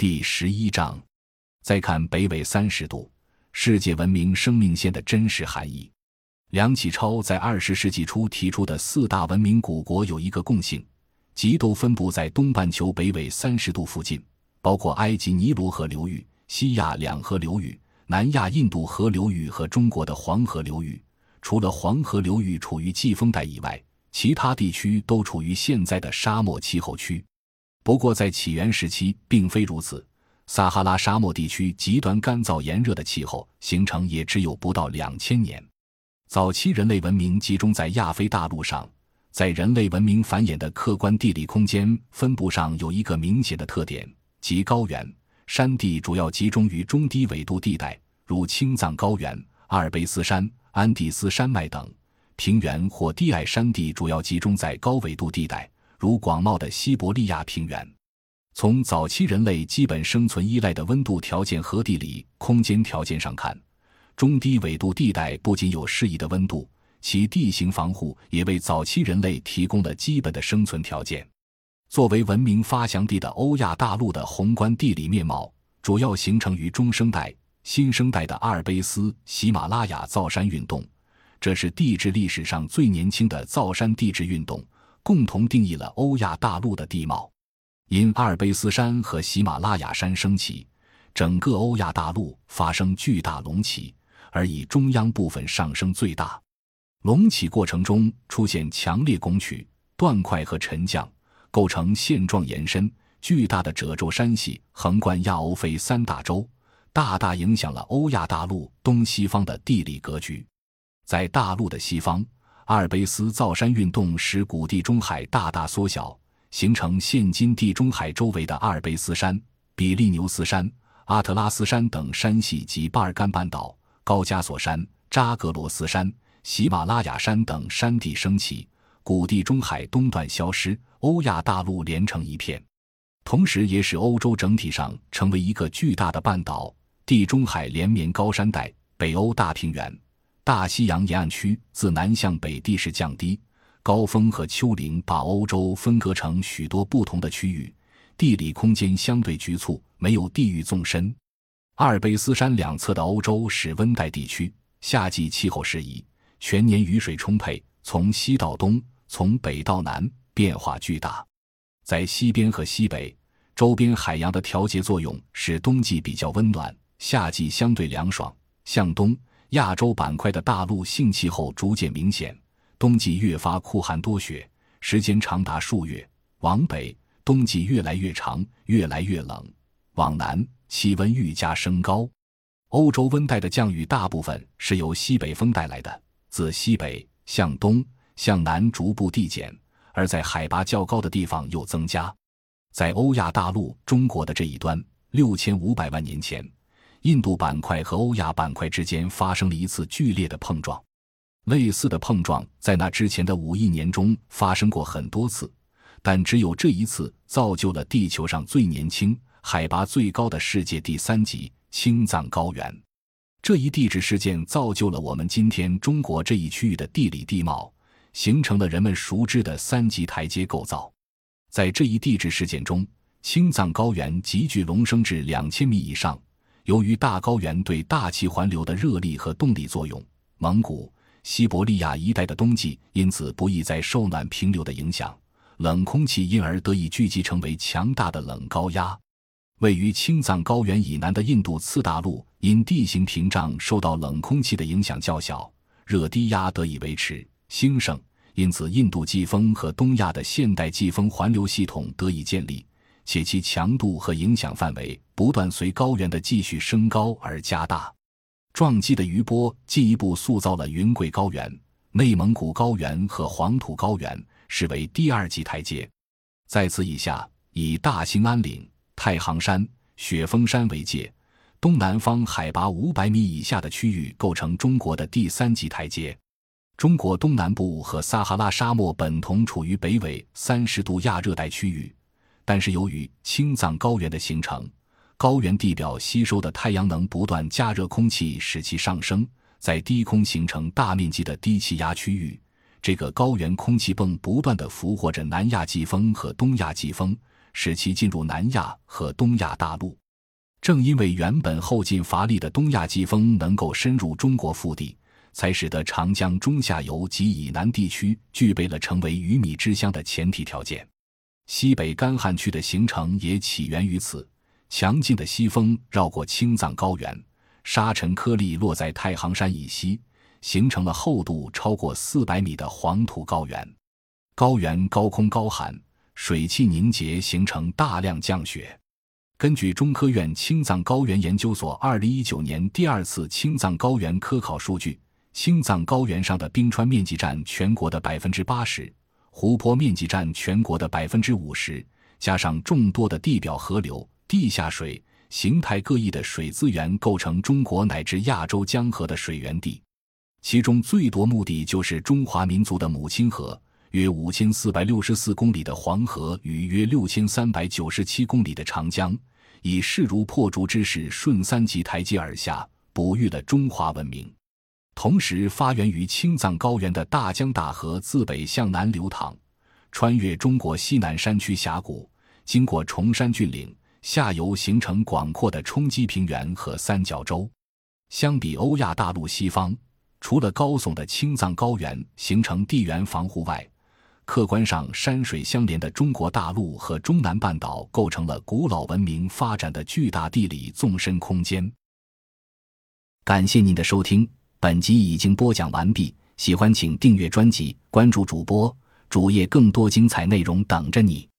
第11章。再看北纬30度，世界文明生命线的真实含义。梁启超在20世纪初提出的4大文明古国有一个共性，即都分布在东半球北纬30度附近，包括埃及尼罗河流域、西亚两河流域、南亚印度河流域和中国的黄河流域。除了黄河流域处于季风带以外，其他地区都处于现在的沙漠气候区。不过在起源时期并非如此，撒哈拉沙漠地区极端干燥炎热的气候形成也只有不到2000年。早期人类文明集中在亚非大陆上，在人类文明繁衍的客观地理空间分布上有一个明显的特点，即高原、山地主要集中于中低纬度地带，如青藏高原、阿尔卑斯山、安第斯山脉等；平原或低矮山地主要集中在高纬度地带，如广袤的西伯利亚平原。从早期人类基本生存依赖的温度条件和地理空间条件上看，中低纬度地带不仅有适宜的温度，其地形防护也为早期人类提供了基本的生存条件。作为文明发祥地的欧亚大陆的宏观地理面貌，主要形成于中生代、新生代的阿尔卑斯、喜马拉雅造山运动，这是地质历史上最年轻的造山地质运动，共同定义了欧亚大陆的地貌。因阿尔卑斯山和喜马拉雅山升起，整个欧亚大陆发生巨大隆起，而以中央部分上升最大。隆起过程中出现强烈拱曲、断块和沉降，构成线状延伸，巨大的褶皱山系横贯亚欧非3大洲，大大影响了欧亚大陆东西方的地理格局。在大陆的西方，阿尔卑斯造山运动使古地中海大大缩小，形成现今地中海周围的阿尔卑斯山、比利牛斯山、阿特拉斯山等山系及巴尔干半岛、高加索山、扎格罗斯山、喜马拉雅山等山地升起，古地中海东段消失，欧亚大陆连成一片，同时也使欧洲整体上成为一个巨大的半岛。地中海连绵高山带、北欧大平原、大西洋沿岸区自南向北地势降低，高峰和丘陵把欧洲分割成许多不同的区域，地理空间相对局促，没有地域纵深。阿尔卑斯山两侧的欧洲是温带地区，夏季气候适宜，全年雨水充沛，从西到东，从北到南，变化巨大。在西边和西北，周边海洋的调节作用使冬季比较温暖，夏季相对凉爽。向东，亚洲板块的大陆性气候逐渐明显，冬季越发酷寒多雪，时间长达数月。往北，冬季越来越长，越来越冷。往南，气温愈加升高。欧洲温带的降雨大部分是由西北风带来的，自西北向东向南逐步递减，而在海拔较高的地方又增加。在欧亚大陆中国的这一端，6500万年前，印度板块和欧亚板块之间发生了一次剧烈的碰撞。类似的碰撞在那之前的5亿年中发生过很多次，但只有这一次造就了地球上最年轻、海拔最高的世界第3级青藏高原。这一地质事件造就了我们今天中国这一区域的地理地貌，形成了人们熟知的3级台阶构造。在这一地质事件中，青藏高原急剧隆升至2000米以上，由于大高原对大气环流的热力和动力作用，蒙古、西伯利亚一带的冬季因此不易再受暖平流的影响，冷空气因而得以聚集成为强大的冷高压。位于青藏高原以南的印度次大陆因地形屏障受到冷空气的影响较小，热低压得以维持兴盛，因此印度季风和东亚的现代季风环流系统得以建立，且其强度和影响范围不断随高原的继续升高而加大。撞击的余波进一步塑造了云贵高原、内蒙古高原和黄土高原，视为第2级台阶。在此以下，以大兴安岭、太行山、雪峰山为界，东南方海拔500米以下的区域构成中国的第3级台阶。中国东南部和撒哈拉沙漠本同处于北纬30度亚热带区域，但是由于青藏高原的形成，高原地表吸收的太阳能不断加热空气使其上升，在低空形成大面积的低气压区域。这个高原空气泵不断地俘获着南亚季风和东亚季风， 使其进入南亚和东亚大陆。正因为原本后劲乏力的东亚季风能够深入中国腹地，才使得长江中下游及以南地区具备了成为鱼米之乡的前提条件。西北干旱区的形成也起源于此。强劲的西风绕过青藏高原，沙尘颗粒落在太行山以西，形成了厚度超过400米的黄土高原。高原高空高寒，水汽凝结，形成大量降雪。根据中科院青藏高原研究所2019年第2次青藏高原科考数据，青藏高原上的冰川面积占全国的 80%， 湖泊面积占全国的 50%， 加上众多的地表河流、地下水，形态各异的水资源构成中国乃至亚洲江河的水源地。其中最夺目的就是中华民族的母亲河，约5464公里的黄河与约6397公里的长江，以势如破竹之势顺3级台阶而下，哺育了中华文明。同时发源于青藏高原的大江大河自北向南流淌，穿越中国西南山区峡谷，经过崇山峻岭，下游形成广阔的冲积平原和三角洲。相比欧亚大陆西方，除了高耸的青藏高原形成地缘防护外，客观上山水相连的中国大陆和中南半岛构成了古老文明发展的巨大地理纵深空间。感谢您的收听，本集已经播讲完毕，喜欢请订阅专辑，关注主播，主页更多精彩内容等着你。